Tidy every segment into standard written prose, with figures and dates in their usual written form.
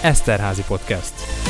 Eszterházy Podcast.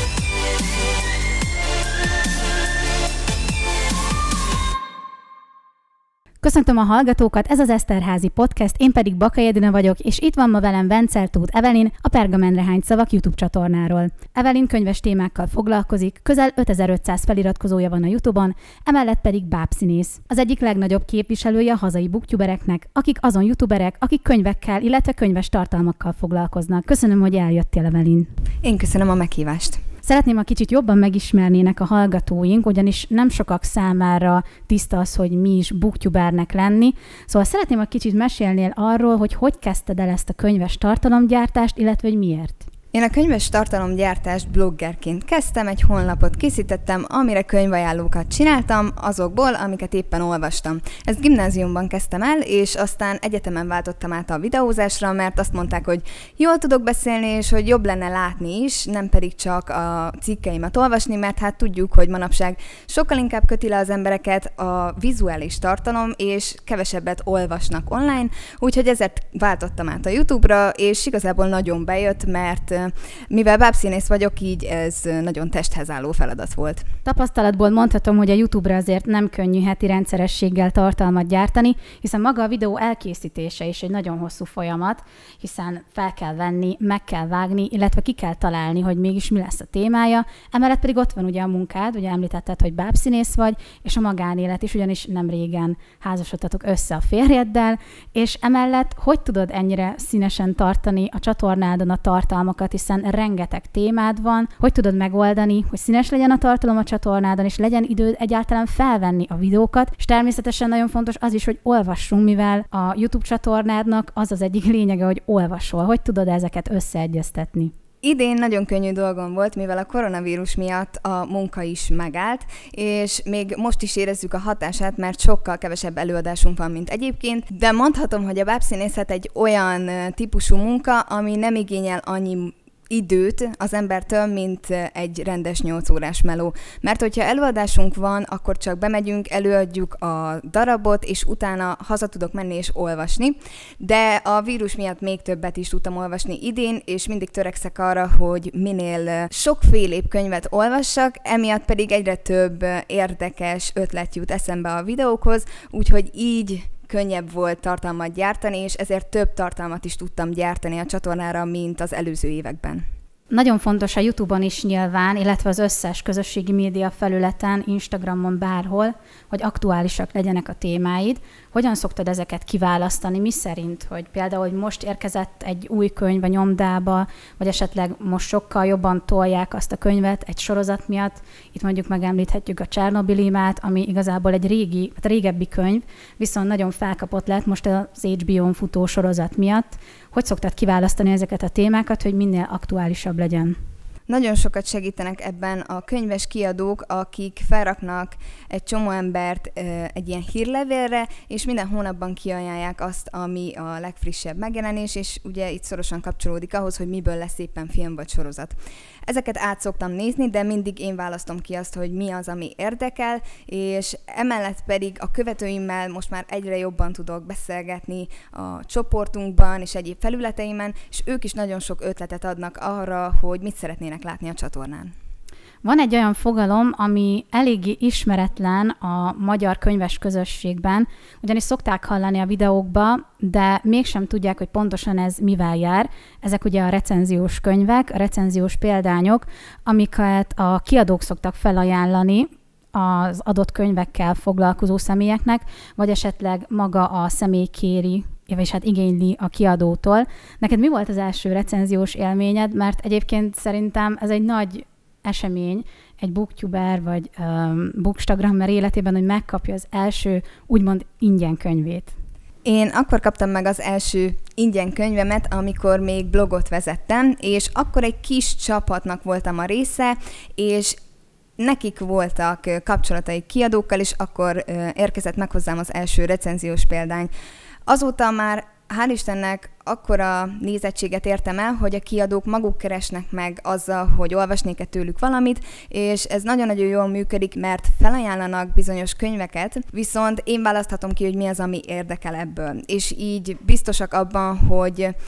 Köszöntöm a hallgatókat, ez az Eszterházy Podcast, én pedig Bakai Edina vagyok, és itt van ma velem Vencel-Tóth Evelyn, a Pergamentre hányt szavak YouTube csatornáról. Evelyn könyves témákkal foglalkozik, közel 5500 feliratkozója van a YouTube-on, emellett pedig bábszínész. Az egyik legnagyobb képviselője a hazai booktubereknek, akik azon youtuberek, akik könyvekkel, illetve könyves tartalmakkal foglalkoznak. Köszönöm, hogy eljöttél, Evelyn. Én köszönöm a meghívást. Szeretném, ha kicsit jobban megismernének a hallgatóink, ugyanis nem sokak számára tiszta az, hogy mi is booktubernek lenni. Szóval szeretném, ha kicsit mesélnél arról, hogy kezdted el ezt a könyves tartalomgyártást, illetve hogy miért. Én a könyves tartalomgyártást bloggerként kezdtem, egy honlapot készítettem, amire könyvajánlókat csináltam azokból, amiket éppen olvastam. Ezt gimnáziumban kezdtem el, és aztán egyetemen váltottam át a videózásra, mert azt mondták, hogy jól tudok beszélni, és hogy jobb lenne látni is, nem pedig csak a cikkeimet olvasni, mert hát tudjuk, hogy manapság sokkal inkább köti le az embereket a vizuális tartalom, és kevesebbet olvasnak online, úgyhogy ezért váltottam át a YouTube-ra, és igazából nagyon bejött, mert mivel bábszínész vagyok, így ez nagyon testhez álló feladat volt. Tapasztalatból mondhatom, hogy a YouTube-ra azért nem könnyű heti rendszerességgel tartalmat gyártani, hiszen maga a videó elkészítése is egy nagyon hosszú folyamat, hiszen fel kell venni, meg kell vágni, illetve ki kell találni, hogy mégis mi lesz a témája. Emellett pedig ott van ugye a munkád, ugye említetted, hogy bábszínész vagy, és a magánélet is, ugyanis nem régen házasodtatok össze a férjeddel, és emellett hogy tudod ennyire színesen tartani a csatornádon a tartalmakat, hiszen rengeteg témád van, hogy tudod megoldani, hogy színes legyen a tartalom a csatornádon, és legyen időd egyáltalán felvenni a videókat, és természetesen nagyon fontos az is, hogy olvassunk, mivel a YouTube csatornádnak az az egyik lényege, hogy olvasol. Hogy tudod ezeket összeegyeztetni? Idén nagyon könnyű dolgom volt, mivel a koronavírus miatt a munka is megállt, és még most is érezzük a hatását, mert sokkal kevesebb előadásunk van, mint egyébként, de mondhatom, hogy a bábszínészet egy olyan típusú munka, ami nem igényel annyi időt az embertől, mint egy rendes 8 órás meló. Mert hogyha előadásunk van, akkor csak bemegyünk, előadjuk a darabot, és utána haza tudok menni és olvasni. De a vírus miatt még többet is tudtam olvasni idén, és mindig törekszek arra, hogy minél sokfélébb könyvet olvassak, emiatt pedig egyre több érdekes ötlet jut eszembe a videókhoz, úgyhogy így könnyebb volt tartalmat gyártani, és ezért több tartalmat is tudtam gyártani a csatornára, mint az előző években. Nagyon fontos a YouTube-on is nyilván, illetve az összes közösségi média felületen, Instagramon, bárhol, hogy aktuálisak legyenek a témáid. Hogyan szoktad ezeket kiválasztani? Mi szerint, hogy például, hogy most érkezett egy új könyv a nyomdába, vagy esetleg most sokkal jobban tolják azt a könyvet egy sorozat miatt. Itt mondjuk megemlíthetjük a Csernobilimát, ami igazából egy régebbi könyv, viszont nagyon felkapott lett most az HBO-n futó sorozat miatt. Hogy szoktad kiválasztani ezeket a témákat, hogy minél aktuálisabb legyen? Nagyon sokat segítenek ebben a könyves kiadók, akik felraknak egy csomó embert egy ilyen hírlevélre, és minden hónapban kiajánlják azt, ami a legfrissebb megjelenés, és ugye itt szorosan kapcsolódik ahhoz, hogy miből lesz éppen film vagy sorozat. Ezeket át szoktam nézni, de mindig én választom ki azt, hogy mi az, ami érdekel, és emellett pedig a követőimmel most már egyre jobban tudok beszélgetni a csoportunkban és egyéb felületeimen, és ők is nagyon sok ötletet adnak arra, hogy mit szeretnének látni a csatornán. Van egy olyan fogalom, ami eléggé ismeretlen a magyar könyves közösségben, ugyanis szokták hallani a videókba, de mégsem tudják, hogy pontosan ez mivel jár. Ezek ugye a recenziós könyvek, a recenziós példányok, amiket a kiadók szoktak felajánlani az adott könyvekkel foglalkozó személyeknek, vagy esetleg maga a személy kéri, és hát igényli a kiadótól. Neked mi volt az első recenziós élményed? Mert egyébként szerintem ez egy nagy esemény egy booktuber vagy bookstagrammer életében, hogy megkapja az első úgymond ingyen könyvét. Én akkor kaptam meg az első ingyen könyvemet, amikor még blogot vezettem, és akkor egy kis csapatnak voltam a része, és nekik voltak kapcsolataik kiadókkal, és akkor érkezett meg hozzám az első recenziós példány. Azóta már hál' Istennek akkora nézettséget értem el, hogy a kiadók maguk keresnek meg azzal, hogy olvasnék-e tőlük valamit, és ez nagyon-nagyon jól működik, mert felajánlanak bizonyos könyveket, viszont én választhatom ki, hogy mi az, ami érdekel ebből. És így biztosak abban, hogy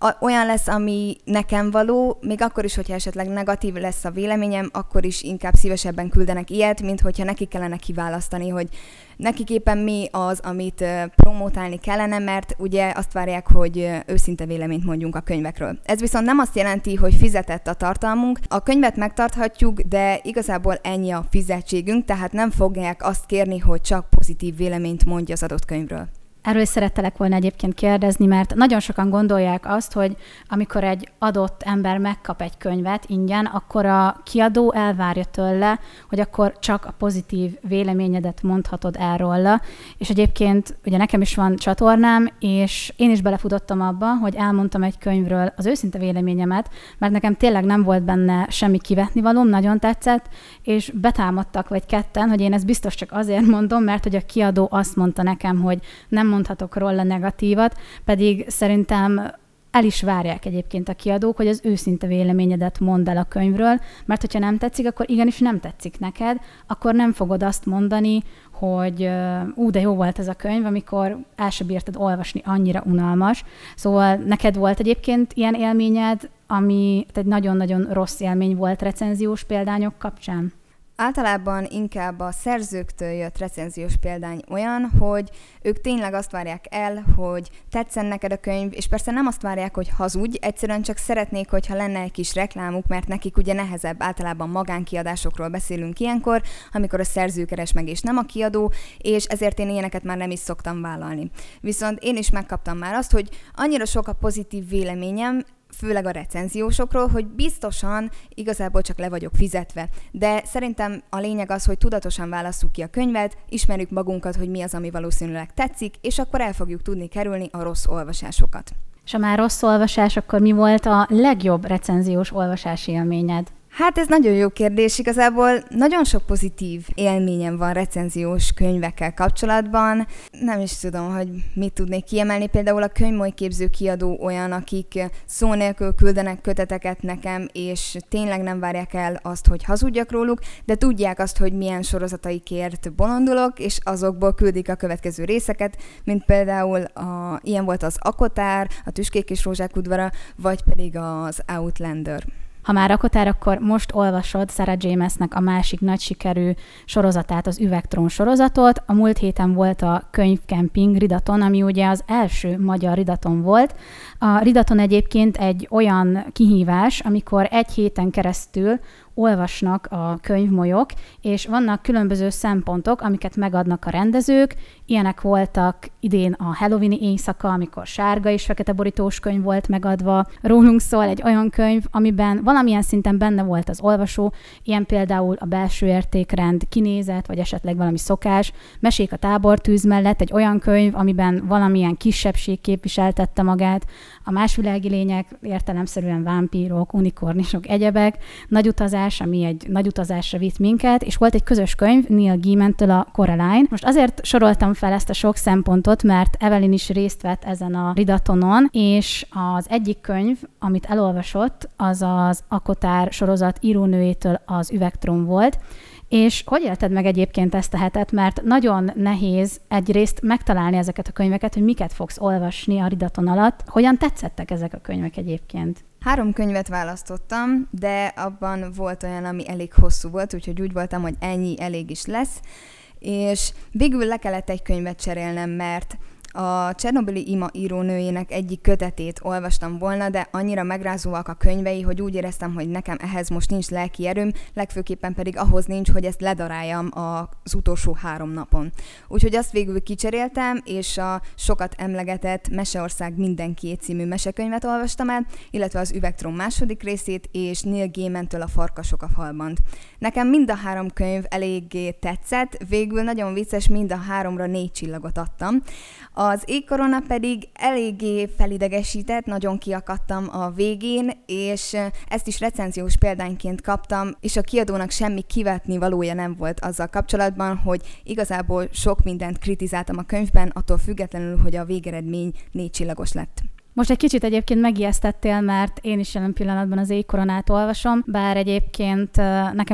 olyan lesz, ami nekem való, még akkor is, hogyha esetleg negatív lesz a véleményem, akkor is inkább szívesebben küldenek ilyet, mint hogyha nekik kellene kiválasztani, hogy nekik éppen mi az, amit promotálni kellene, mert ugye azt várják, hogy őszinte véleményt mondjunk a könyvekről. Ez viszont nem azt jelenti, hogy fizetett a tartalmunk. A könyvet megtarthatjuk, de igazából ennyi a fizetségünk, tehát nem fogják azt kérni, hogy csak pozitív véleményt mondja az adott könyvről. Erről is szerettelek volna egyébként kérdezni, mert nagyon sokan gondolják azt, hogy amikor egy adott ember megkap egy könyvet ingyen, akkor a kiadó elvárja tőle, hogy akkor csak a pozitív véleményedet mondhatod el róla. És egyébként ugye nekem is van csatornám, és én is belefutottam abba, hogy elmondtam egy könyvről az őszinte véleményemet, mert nekem tényleg nem volt benne semmi kivetnivalóm, nagyon tetszett, és betámadtak vagy ketten, hogy én ezt biztos csak azért mondom, mert hogy a kiadó azt mondta nekem, hogy nem mondhatok róla negatívat, pedig szerintem el is várják egyébként a kiadók, hogy az őszinte véleményedet mondd el a könyvről, mert hogyha nem tetszik, akkor igenis nem tetszik neked, akkor nem fogod azt mondani, hogy de jó volt ez a könyv, amikor el sem bírtad olvasni, annyira unalmas. Szóval neked volt egyébként ilyen élményed, ami egy nagyon-nagyon rossz élmény volt recenziós példányok kapcsán? Általában inkább a szerzőktől jött recenziós példány olyan, hogy ők tényleg azt várják el, hogy tetszen neked a könyv, és persze nem azt várják, hogy hazudj, egyszerűen csak szeretnék, hogyha lenne egy kis reklámuk, mert nekik ugye nehezebb, általában magánkiadásokról beszélünk ilyenkor, amikor a szerző keres meg, és nem a kiadó, és ezért én ilyeneket már nem is szoktam vállalni. Viszont én is megkaptam már azt, hogy annyira sok a pozitív véleményem, főleg a recenziósokról, hogy biztosan igazából csak le vagyok fizetve. De szerintem a lényeg az, hogy tudatosan válasszuk ki a könyvet, ismerjük magunkat, hogy mi az, ami valószínűleg tetszik, és akkor el fogjuk tudni kerülni a rossz olvasásokat. És ha már rossz olvasás, akkor mi volt a legjobb recenziós olvasási élményed? Hát ez nagyon jó kérdés. Igazából nagyon sok pozitív élményem van recenziós könyvekkel kapcsolatban. Nem is tudom, hogy mit tudnék kiemelni. Például a könyvmolyképző kiadó olyan, akik szó nélkül küldenek köteteket nekem, és tényleg nem várják el azt, hogy hazudjak róluk, de tudják azt, hogy milyen sorozataikért bolondulok, és azokból küldik a következő részeket, mint például ilyen volt az Akotár, a Tüskék és Rózsák udvara, vagy pedig az Outlander. Ha már rakotár, akkor most olvasod Sarah Jamesnek a másik nagy sikerű sorozatát, az Üvegtrón sorozatot. A múlt héten volt a könyvkemping Ridaton, ami ugye az első magyar Ridaton volt. A Ridaton egyébként egy olyan kihívás, amikor egy héten keresztül olvasnak a könyvmolyok, és vannak különböző szempontok, amiket megadnak a rendezők. Ilyenek voltak idén a Halloweeni éjszaka, amikor sárga és fekete borítós könyv volt megadva. Rólunk szól egy olyan könyv, amiben valamilyen szinten benne volt az olvasó, ilyen például a belső értékrend, kinézet, vagy esetleg valami szokás. Mesék a tábortűz mellett egy olyan könyv, amiben valamilyen kisebbség képviseltette magát. A másvilági lények értelemszerűen vámpírok, unikornisok, egyebek. Nagy utazás, ami egy nagy utazásra vitt minket, és volt egy közös könyv Neil Gaiman-től, a Coraline. Most azért soroltam fel ezt a sok szempontot, mert Evelyn is részt vett ezen a Ridatonon, és az egyik könyv, amit elolvasott, az az Akotár sorozat írónőjétől az Üvegtrón volt. És hogy élted meg egyébként ezt a hetet, mert nagyon nehéz egyrészt megtalálni ezeket a könyveket, hogy miket fogsz olvasni a Ridaton alatt. Hogyan tetszettek ezek a könyvek egyébként? 3 könyvet választottam, de abban volt olyan, ami elég hosszú volt, úgyhogy úgy voltam, hogy ennyi elég is lesz. És végül le kellett egy könyvet cserélnem, mert a Csernobili Ima írónőjének egyik kötetét olvastam volna, de annyira megrázóak a könyvei, hogy úgy éreztem, hogy nekem ehhez most nincs lelki erőm, legfőképpen pedig ahhoz nincs, hogy ezt ledaráljam az utolsó 3 napon. Úgyhogy azt végül kicseréltem, és a sokat emlegetett Meseország mindenkié című mesekönyvet olvastam el, illetve az Üvegtrón második részét, és Neil Gaiman-től a Farkasok a falban. Nekem mind a 3 könyv eléggé tetszett, végül nagyon vicces, mind a 3-ra 4 csillagot adtam. Az Égkorona pedig eléggé felidegesített, nagyon kiakadtam a végén, és ezt is recenziós példányként kaptam, és a kiadónak semmi kivetni valója nem volt azzal kapcsolatban, hogy igazából sok mindent kritizáltam a könyvben, attól függetlenül, hogy a végeredmény 4 csillagos lett. Most egy kicsit egyébként megijesztettél, mert én is jelen pillanatban az Égkoronát olvasom, bár egyébként nekem az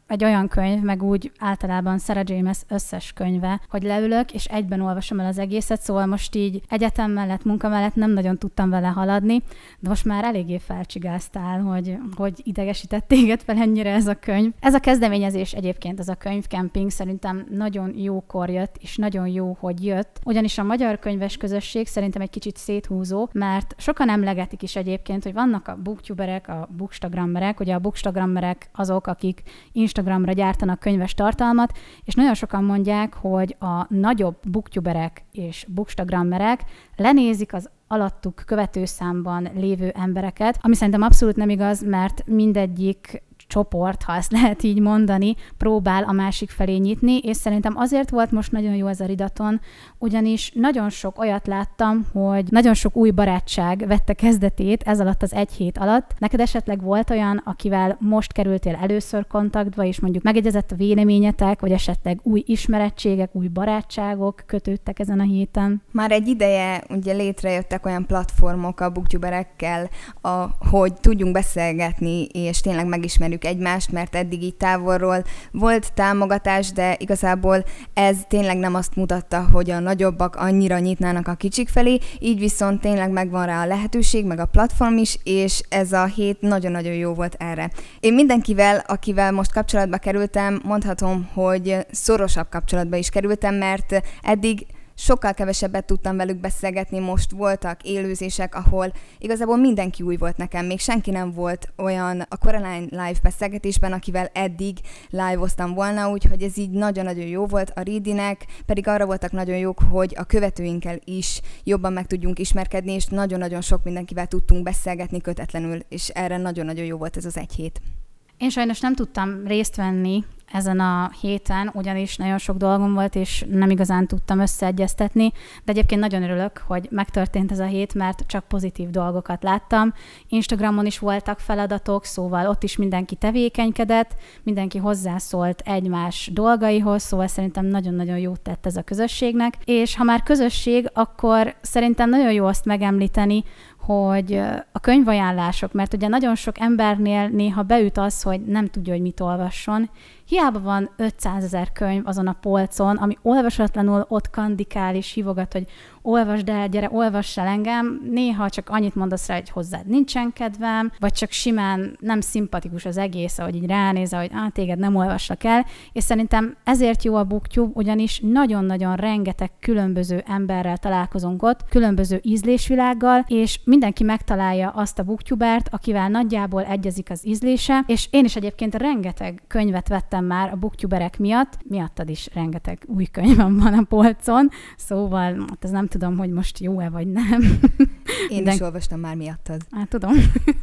egy olyan könyv, meg úgy általában Sarah James összes könyve, hogy leülök, és egyben olvasom el az egészet, szóval most így egyetem mellett, munka mellett nem nagyon tudtam vele haladni, de most már eléggé felcsigáztál, hogy idegesített téged fel ennyire ez a könyv. Ez a kezdeményezés egyébként, ez a könyvkemping szerintem nagyon jókor jött, és nagyon jó, hogy jött, ugyanis a magyar könyves közösség szerintem egy kicsit széthúzó, mert sokan emlegetik is egyébként, hogy vannak a booktuberek, a bookstagrammerek, ugye a bookstagrammerek azok, akik Instagramra gyártanak könyves tartalmat, és nagyon sokan mondják, hogy a nagyobb booktuberek és bookstagrammerek lenézik az alattuk követőszámban lévő embereket, ami szerintem abszolút nem igaz, mert mindegyik csoport, ha ezt lehet így mondani, próbál a másik felé nyitni, és szerintem azért volt most nagyon jó ez a Ridaton, ugyanis nagyon sok olyat láttam, hogy nagyon sok új barátság vette kezdetét ez alatt az egy hét alatt. Neked esetleg volt olyan, akivel most kerültél először kontaktba, és mondjuk megegyezett a véleményetek, vagy esetleg új ismerettségek, új barátságok kötődtek ezen a héten? Már egy ideje ugye létrejöttek olyan platformok a booktuberekkel, hogy tudjunk beszélgetni, és tényleg megismerjük egymást, mert eddig így távolról volt támogatás, de igazából ez tényleg nem azt mutatta, hogy a nagyobbak annyira nyitnának a kicsik felé, így viszont tényleg megvan rá a lehetőség, meg a platform is, és ez a hét nagyon-nagyon jó volt erre. Én mindenkivel, akivel most kapcsolatba kerültem, mondhatom, hogy szorosabb kapcsolatba is kerültem, mert eddig sokkal kevesebbet tudtam velük beszélgetni, most voltak élőzések, ahol igazából mindenki új volt nekem, még senki nem volt olyan a Coraline live beszélgetésben, akivel eddig live-oztam volna, úgyhogy ez így nagyon-nagyon jó volt. A Readinek pedig arra voltak nagyon jók, hogy a követőinkkel is jobban meg tudjunk ismerkedni, és nagyon-nagyon sok mindenkivel tudtunk beszélgetni kötetlenül, és erre nagyon-nagyon jó volt ez az egy hét. Én sajnos nem tudtam részt venni ezen a héten, ugyanis nagyon sok dolgom volt, és nem igazán tudtam összeegyeztetni, de egyébként nagyon örülök, hogy megtörtént ez a hét, mert csak pozitív dolgokat láttam. Instagramon is voltak feladatok, szóval ott is mindenki tevékenykedett, mindenki hozzászólt egymás dolgaihoz, szóval szerintem nagyon-nagyon jót tett ez a közösségnek, és ha már közösség, akkor szerintem nagyon jó azt megemlíteni, hogy a könyvajánlások, mert ugye nagyon sok embernél néha beüt az, hogy nem tudja, hogy mit olvasson. Hiába van 500 000 könyv azon a polcon, ami olvasatlanul ott kandikál és hívogat, hogy olvasd el, gyere, olvass el engem. Néha csak annyit mondasz rá, hogy hozzád nincsen kedvem, vagy csak simán nem szimpatikus az egész, ahogy így ránéz, hogy téged nem olvassak el. És szerintem ezért jó a BookTube, ugyanis nagyon-nagyon rengeteg különböző emberrel találkozunk ott, különböző ízlésvilággal, és mindenki megtalálja azt a booktubert, akivel nagyjából egyezik az ízlése, és én is egyébként rengeteg könyvet vettem már a booktuberek miatt, miattad is rengeteg új könyvem van a polcon, szóval ez nem tudom, hogy most jó-e vagy nem. Én is olvastam már miattad. Tudom.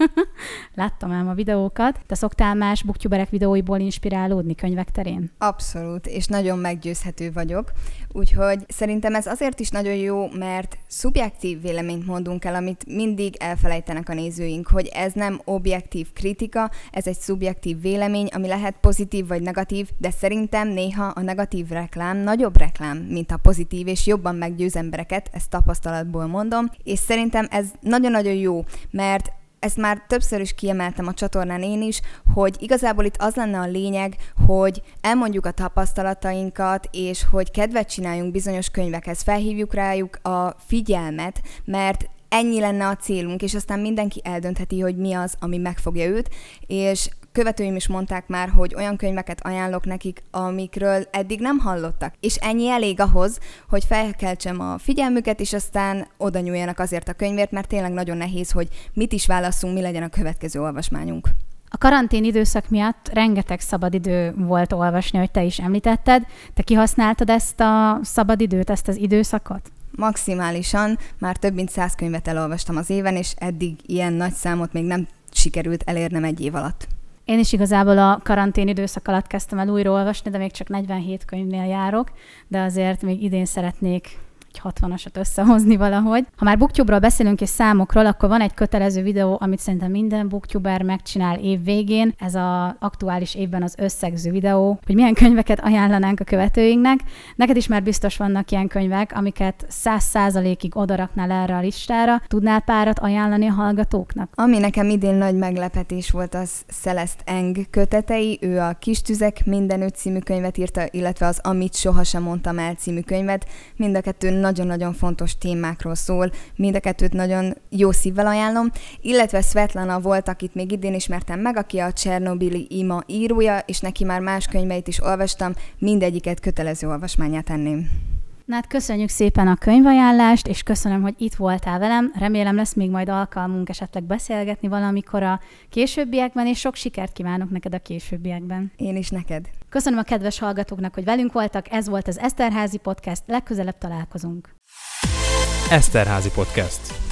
Láttam ám a videókat. Te szoktál más booktuberek videóiból inspirálódni könyvek terén? Abszolút, és nagyon meggyőzhető vagyok. Úgyhogy szerintem ez azért is nagyon jó, mert szubjektív véleményt mondunk el, amit mindig elfelejtenek a nézőink, hogy ez nem objektív kritika, ez egy szubjektív vélemény, ami lehet pozitív vagy negatív, de szerintem néha a negatív reklám nagyobb reklám, mint a pozitív, és jobban meggyőz embereket, ezt tapasztalatból mondom, és szerintem ez nagyon-nagyon jó, mert ezt már többször is kiemeltem a csatornán én is, hogy igazából itt az lenne a lényeg, hogy elmondjuk a tapasztalatainkat, és hogy kedvet csináljunk bizonyos könyvekhez, felhívjuk rájuk a figyelmet, mert ennyi lenne a célunk, és aztán mindenki eldöntheti, hogy mi az, ami megfogja őt, és követőim is mondták már, hogy olyan könyveket ajánlok nekik, amikről eddig nem hallottak. És ennyi elég ahhoz, hogy felkeltsem a figyelmüket, és aztán oda nyúljanak azért a könyvért, mert tényleg nagyon nehéz, hogy mit is válasszunk, mi legyen a következő olvasmányunk. A karantén időszak miatt rengeteg szabadidő volt olvasni, hogy te is említetted. Te kihasználtad ezt a szabadidőt, ezt az időszakot? Maximálisan, már több mint 100 könyvet elolvastam az éven, és eddig ilyen nagy számot még nem sikerült elérnem egy év alatt. Én is igazából a karantén időszak alatt kezdtem el újra olvasni, de még csak 47 könyvnél járok, de azért még idén szeretnék egy 60-asat összehozni valahogy. Ha már BookTube-ról beszélünk és számokról, akkor van egy kötelező videó, amit szerintem minden booktuber megcsinál év végén. Ez az aktuális évben az összegző videó, hogy milyen könyveket ajánlanánk a követőinknek. Neked is már biztos vannak ilyen könyvek, amiket 100%-ig odaraknál erre a listára. Tudnál párat ajánlani a hallgatóknak? Ami nekem idén nagy meglepetés volt, az Celeste Ng kötetei. Ő a Kis tüzek mindenütt című könyvet írta, illetve az Amit sohasem mondtam el című könyvet. Mind a kettő nagyon-nagyon fontos témákról szól, mind a kettőt nagyon jó szívvel ajánlom, illetve Svetlana volt, akit még idén ismertem meg, aki a Csernobili Ima írója, és neki már más könyveit is olvastam, mindegyiket kötelező olvasmányát tenném. Na hát köszönjük szépen a könyvajánlást, és köszönöm, hogy itt voltál velem. Remélem lesz még majd alkalmunk esetleg beszélgetni valamikor a későbbiekben, és sok sikert kívánok neked a későbbiekben. Én is neked. Köszönöm a kedves hallgatóknak, hogy velünk voltak. Ez volt az Eszterházy Podcast. Legközelebb találkozunk. Eszterházy Podcast.